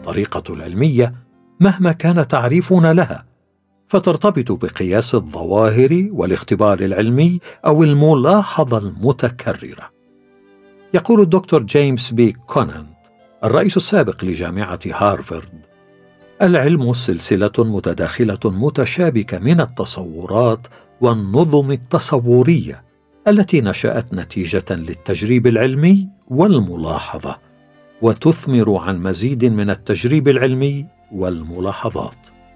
الطريقة العلمية مهما كان تعريفنا لها، فترتبط بقياس الظواهر والاختبار العلمي أو الملاحظة المتكررة. يقول الدكتور جيمس بي كونانت الرئيس السابق لجامعة هارفارد: العلم سلسلة متداخلة متشابكة من التصورات والنظم التصورية التي نشأت نتيجة للتجريب العلمي والملاحظة، وتثمر عن مزيد من التجريب العلمي والملاحظات.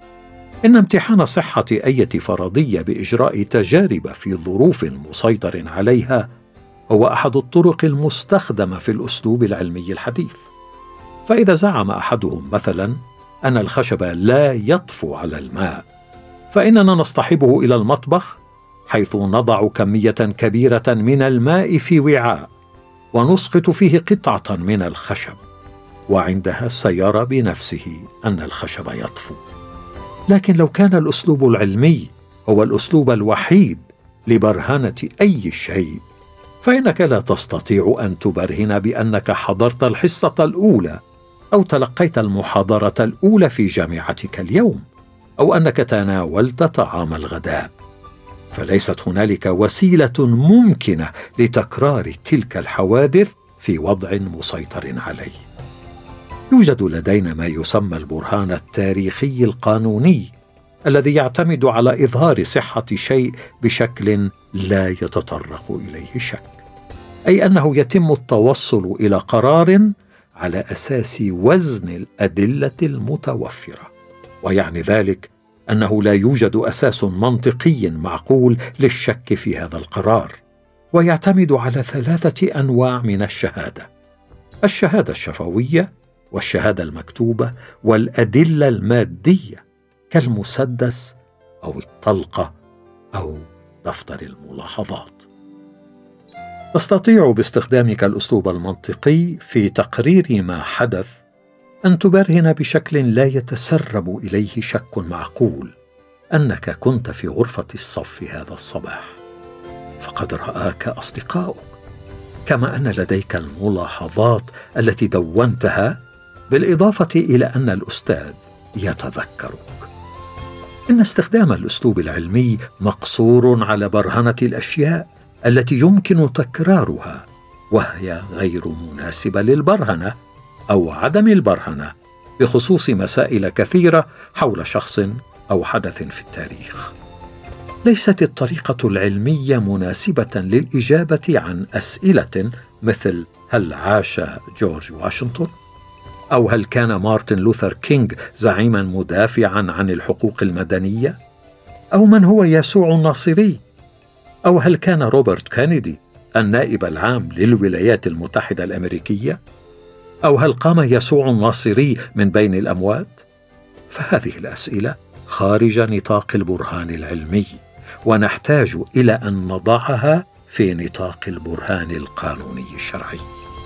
إن امتحان صحة أي فرضية بإجراء تجارب في ظروف مسيطر عليها هو أحد الطرق المستخدمة في الأسلوب العلمي الحديث. فإذا زعم أحدهم مثلاً أن الخشب لا يطفو على الماء، فإننا نصطحبه إلى المطبخ حيث نضع كمية كبيرة من الماء في وعاء ونسقط فيه قطعة من الخشب، وعندها سيرى بنفسه أن الخشب يطفو. لكن لو كان الأسلوب العلمي هو الأسلوب الوحيد لبرهنة أي شيء، فإنك لا تستطيع أن تبرهن بأنك حضرت الحصة الأولى أو تلقيت المحاضرة الأولى في جامعتك اليوم، أو أنك تناولت طعام الغداء. فليست هنالك وسيلة ممكنة لتكرار تلك الحوادث في وضع مسيطر عليه. يوجد لدينا ما يسمى البرهان التاريخي القانوني، الذي يعتمد على إظهار صحة شيء بشكل لا يتطرق إليه شك، أي أنه يتم التوصل إلى قرار على أساس وزن الأدلة المتوفرة، ويعني ذلك أنه لا يوجد أساس منطقي معقول للشك في هذا القرار، ويعتمد على 3 أنواع من الشهادة: الشهادة الشفوية، والشهادة المكتوبة، والأدلة المادية كالمسدس أو الطلقة أو دفتر الملاحظات. تستطيع باستخدامك الأسلوب المنطقي في تقرير ما حدث أن تبرهن بشكل لا يتسرب إليه شك معقول أنك كنت في غرفة الصف هذا الصباح، فقد رآك أصدقاؤك، كما أن لديك الملاحظات التي دونتها، بالإضافة إلى أن الأستاذ يتذكرك. إن استخدام الأسلوب العلمي مقصور على برهنة الأشياء التي يمكن تكرارها، وهي غير مناسبة للبرهنة أو عدم البرهنة بخصوص مسائل كثيرة حول شخص أو حدث في التاريخ. ليست الطريقة العلمية مناسبة للإجابة عن أسئلة مثل: هل عاش جورج واشنطن؟ أو هل كان مارتن لوثر كينغ زعيما مدافعا عن الحقوق المدنية؟ أو من هو يسوع الناصري؟ أو هل كان روبرت كينيدي النائب العام للولايات المتحدة الأمريكية؟ أو هل قام يسوع الناصري من بين الأموات؟ فهذه الأسئلة خارج نطاق البرهان العلمي، ونحتاج إلى أن نضعها في نطاق البرهان القانوني الشرعي.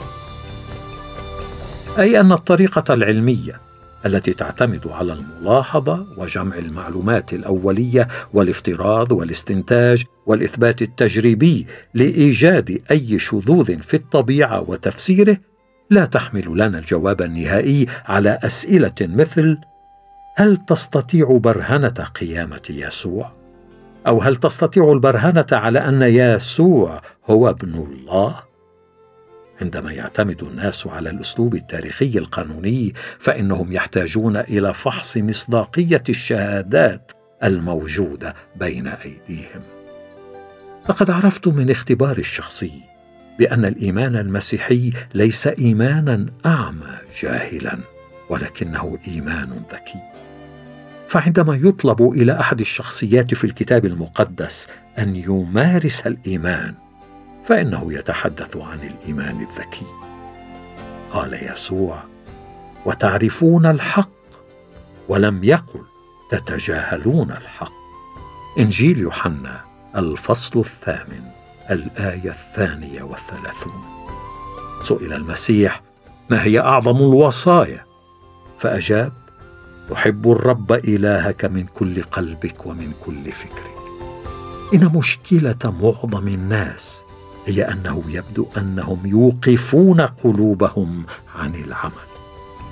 أي أن الطريقة العلمية التي تعتمد على الملاحظة وجمع المعلومات الأولية والافتراض والاستنتاج والإثبات التجريبي لإيجاد أي شذوذ في الطبيعة وتفسيره لا تحمل لنا الجواب النهائي على أسئلة مثل: هل تستطيع برهنة قيامة يسوع؟ أو هل تستطيع البرهنة على أن يسوع هو ابن الله؟ عندما يعتمد الناس على الأسلوب التاريخي القانوني، فإنهم يحتاجون إلى فحص مصداقية الشهادات الموجودة بين أيديهم. لقد عرفت من اختباري الشخصي بأن الإيمان المسيحي ليس إيمانا أعمى جاهلا، ولكنه إيمان ذكي. فعندما يطلب إلى أحد الشخصيات في الكتاب المقدس أن يمارس الإيمان، فإنه يتحدث عن الإيمان الذكي. قال يسوع: وتعرفون الحق، ولم يقل تتجاهلون الحق. إنجيل يوحنا الفصل 8 الآية 32. سئل المسيح: ما هي أعظم الوصايا؟ فأجاب: تحب الرب إلهك من كل قلبك ومن كل فكرك. إن مشكلة معظم الناس هي أنه يبدو أنهم يوقفون قلوبهم عن العمل.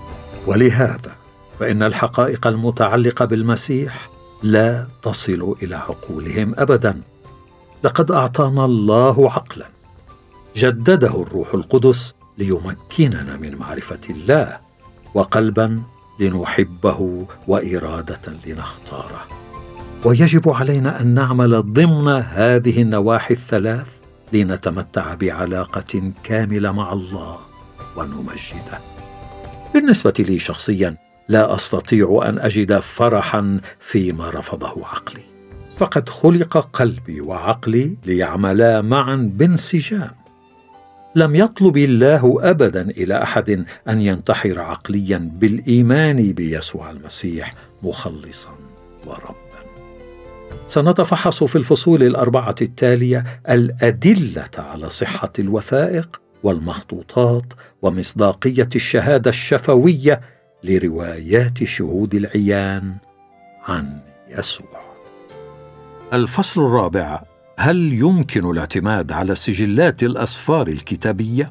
ولهذا فإن الحقائق المتعلقة بالمسيح لا تصل إلى عقولهم أبدا. لقد أعطانا الله عقلا جدده الروح القدس ليمكننا من معرفة الله، وقلبا لنحبه، وإرادة لنختاره. ويجب علينا أن نعمل ضمن هذه النواحي الثلاث لنتمتع بعلاقة كاملة مع الله ونمجده. بالنسبة لي شخصيا لا أستطيع أن أجد فرحا فيما رفضه عقلي، فقد خلق قلبي وعقلي ليعملا معا بانسجام. لم يطلب الله أبدا إلى أحد أن ينتحر عقليا بالإيمان بيسوع المسيح مخلصا وربا. سنتفحص في الفصول 4 التالية الأدلة على صحة الوثائق والمخطوطات ومصداقية الشهادة الشفوية لروايات شهود العيان عن يسوع. الفصل 4: هل يمكن الاعتماد على سجلات الأسفار الكتابية؟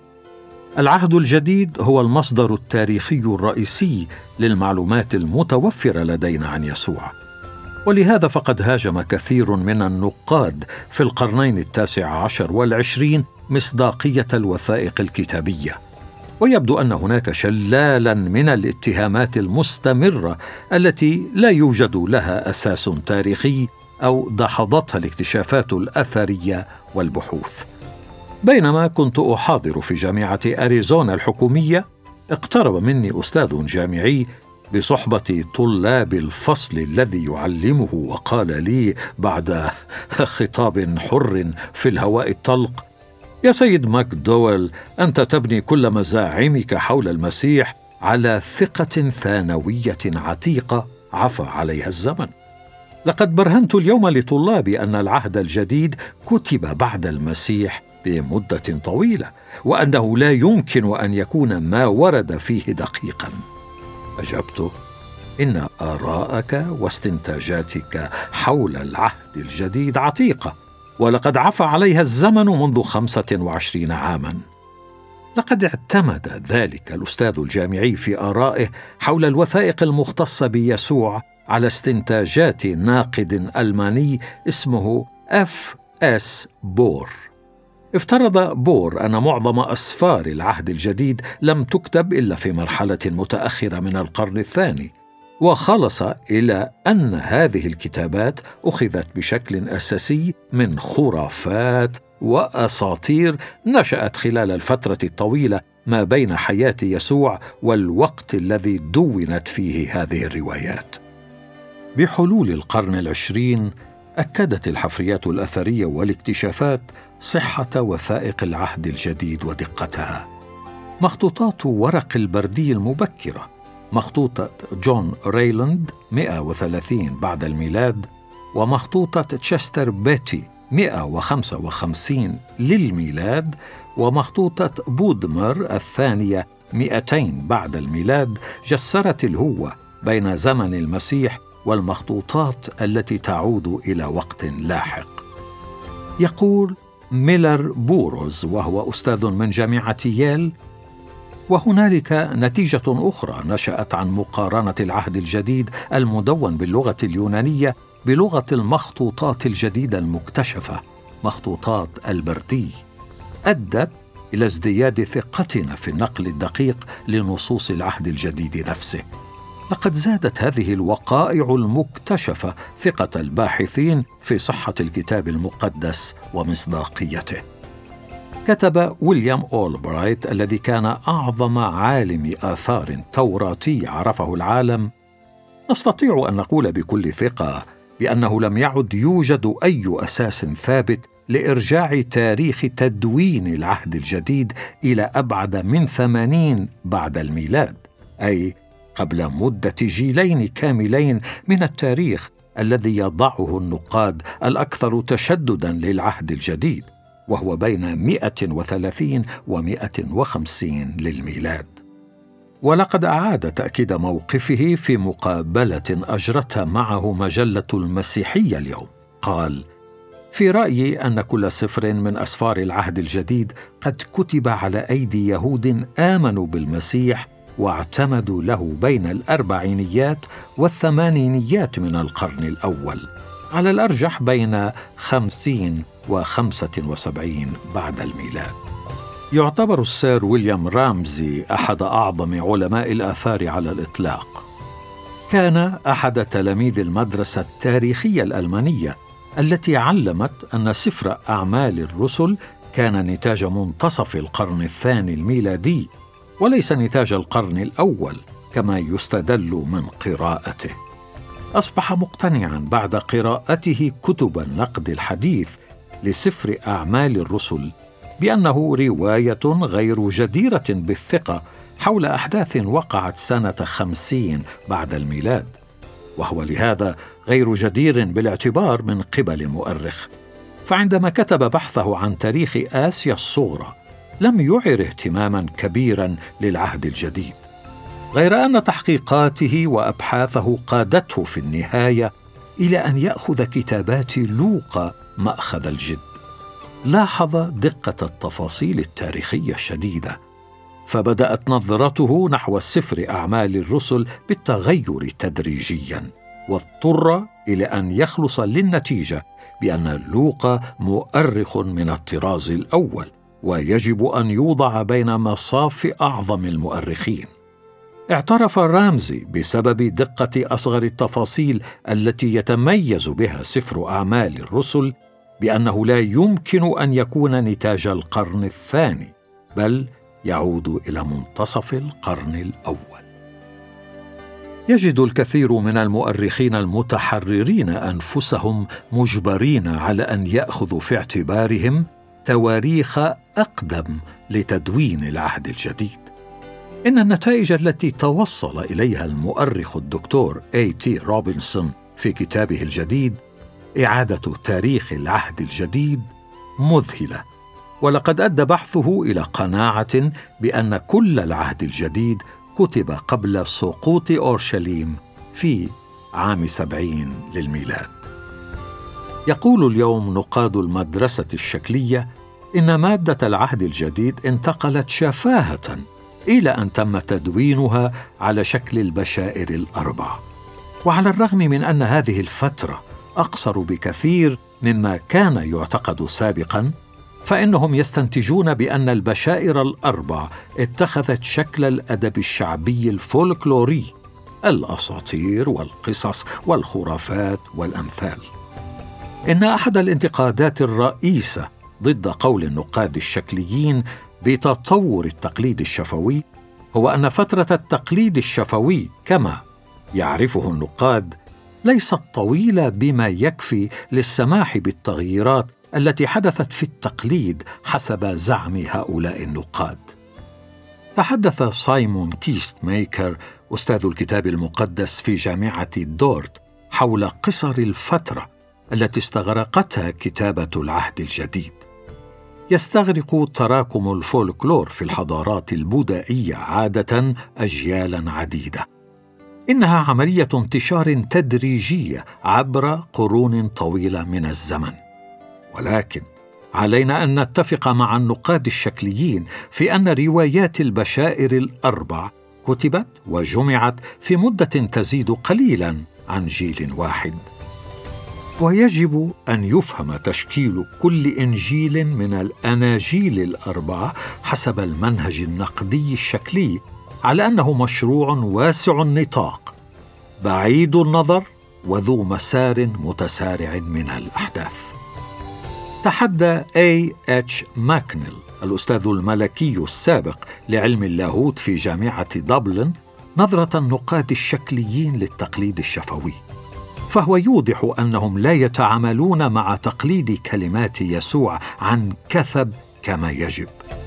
العهد الجديد هو المصدر التاريخي الرئيسي للمعلومات المتوفرة لدينا عن يسوع، ولهذا فقد هاجم كثير من النقاد في القرنين 19 و20 مصداقية الوثائق الكتابية. ويبدو أن هناك شلالا من الاتهامات المستمرة التي لا يوجد لها أساس تاريخي أو دحضتها الاكتشافات الأثرية والبحوث. بينما كنت أحاضر في جامعة أريزونا الحكومية، اقترب مني أستاذ جامعي بصحبة طلاب الفصل الذي يعلمه، وقال لي بعد خطاب حر في الهواء الطلق: يا سيد ماكدويل، أنت تبني كل مزاعمك حول المسيح على ثقة ثانوية عتيقة عفى عليها الزمن. لقد برهنت اليوم لطلابي أن العهد الجديد كتب بعد المسيح بمدة طويلة، وأنه لا يمكن أن يكون ما ورد فيه دقيقا. أجبت: إن آراءك واستنتاجاتك حول العهد الجديد عتيقة، ولقد عفى عليها الزمن منذ 25 عاما. لقد اعتمد ذلك الأستاذ الجامعي في آرائه حول الوثائق المختصة بيسوع على استنتاجات ناقد ألماني اسمه F.S. بور. افترض بور أن معظم أسفار العهد الجديد لم تكتب إلا في مرحلة متأخرة من القرن الثاني، وخلص إلى أن هذه الكتابات أخذت بشكل أساسي من خرافات وأساطير نشأت خلال الفترة الطويلة ما بين حياة يسوع والوقت الذي دونت فيه هذه الروايات. بحلول القرن 20 أكدت الحفريات الأثرية والاكتشافات صحة وثائق العهد الجديد ودقتها. مخطوطات ورق البردي المبكرة، مخطوطة جون ريلاند 130 بعد الميلاد، ومخطوطة تشستر بيتي 155 للميلاد، ومخطوطة بودمر الثانية 200 بعد الميلاد، جسرت الهوة بين زمن المسيح والمخطوطات التي تعود إلى وقت لاحق. يقول ميلر بوروز وهو أستاذ من جامعة ييل: وهنالك نتيجة أخرى نشأت عن مقارنة العهد الجديد المدون باللغة اليونانية بلغة المخطوطات الجديدة المكتشفة، مخطوطات البردي، أدت إلى ازدياد ثقتنا في النقل الدقيق لنصوص العهد الجديد نفسه. لقد زادت هذه الوقائع المكتشفة ثقة الباحثين في صحة الكتاب المقدس ومصداقيته. كتب ويليام أولبرايت الذي كان أعظم عالم آثار توراتي عرفه العالم: نستطيع أن نقول بكل ثقة بأنه لم يعد يوجد أي أساس ثابت لإرجاع تاريخ تدوين العهد الجديد إلى أبعد من 80 بعد الميلاد، أي قبل مدة جيلين كاملين من التاريخ الذي يضعه النقاد الأكثر تشدداً للعهد الجديد، وهو بين 130 و150 للميلاد. ولقد أعاد تأكيد موقفه في مقابلة أجرتها معه مجلة المسيحية اليوم. قال: في رأيي أن كل سفر من أسفار العهد الجديد قد كتب على أيدي يهود آمنوا بالمسيح واعتمدوا له بين الأربعينيات والثمانينيات من القرن الأول، على الأرجح بين 50 و75 بعد الميلاد. يعتبر السير ويليام رامزي أحد أعظم علماء الآثار على الإطلاق. كان أحد تلاميذ المدرسة التاريخية الألمانية التي علمت أن سفر أعمال الرسل كان نتاج منتصف القرن الثاني الميلادي وليس نتاج القرن الأول كما يستدل من قراءته. أصبح مقتنعا بعد قراءته كتب النقد الحديث لسفر أعمال الرسل بأنه رواية غير جديرة بالثقة حول أحداث وقعت سنة 50 بعد الميلاد، وهو لهذا غير جدير بالاعتبار من قبل مؤرخ. فعندما كتب بحثه عن تاريخ آسيا الصغرى لم يعر اهتماما كبيرا للعهد الجديد، غير أن تحقيقاته وأبحاثه قادته في النهاية إلى أن يأخذ كتابات لوقا مأخذ الجد. لاحظ دقة التفاصيل التاريخية الشديدة، فبدأت نظرته نحو سفر أعمال الرسل بالتغير تدريجيا، واضطر إلى أن يخلص للنتيجة بأن لوقا مؤرخ من الطراز الأول ويجب أن يوضع بين مصاف أعظم المؤرخين. اعترف رامزي بسبب دقة أصغر التفاصيل التي يتميز بها سفر أعمال الرسل بأنه لا يمكن أن يكون نتاج القرن الثاني، بل يعود إلى منتصف القرن الأول. يجد الكثير من المؤرخين المتحررين أنفسهم مجبرين على أن يأخذوا في اعتبارهم تواريخ أقدم لتدوين العهد الجديد. إن النتائج التي توصل إليها المؤرخ الدكتور A.T. روبنسون في كتابه الجديد إعادة تاريخ العهد الجديد مذهلة، ولقد أدى بحثه إلى قناعة بأن كل العهد الجديد كتب قبل سقوط أورشليم في عام 70 للميلاد. يقول اليوم نقاد المدرسة الشكلية إن مادة العهد الجديد انتقلت شفاهة إلى أن تم تدوينها على شكل البشائر الأربع. وعلى الرغم من أن هذه الفترة أقصر بكثير مما كان يعتقد سابقاً، فإنهم يستنتجون بأن البشائر الأربع اتخذت شكل الأدب الشعبي الفولكلوري، الأساطير والقصص والخرافات والأمثال. إن أحد الانتقادات الرئيسة ضد قول النقاد الشكليين بتطور التقليد الشفوي هو أن فترة التقليد الشفوي كما يعرفه النقاد ليست طويلة بما يكفي للسماح بالتغييرات التي حدثت في التقليد حسب زعم هؤلاء النقاد. تحدث سايمون كيست ميكر أستاذ الكتاب المقدس في جامعة دورت حول قصر الفترة التي استغرقتها كتابة العهد الجديد. يستغرق تراكم الفولكلور في الحضارات البدائية عادة أجيالا عديدة. إنها عملية انتشار تدريجية عبر قرون طويلة من الزمن، ولكن علينا أن نتفق مع النقاد الشكليين في أن روايات البشائر الأربع كتبت وجمعت في مدة تزيد قليلاً عن جيل واحد. ويجب أن يفهم تشكيل كل إنجيل من الأناجيل الأربعة حسب المنهج النقدي الشكلي على أنه مشروع واسع النطاق، بعيد النظر وذو مسار متسارع من الأحداث. تحدى A.H. ماكنيل الأستاذ الملكي السابق لعلم اللاهوت في جامعة دبلن نظرة النقاد الشكليين للتقليد الشفوي، فهو يوضح أنهم لا يتعاملون مع تقليد كلمات يسوع عن كثب كما يجب،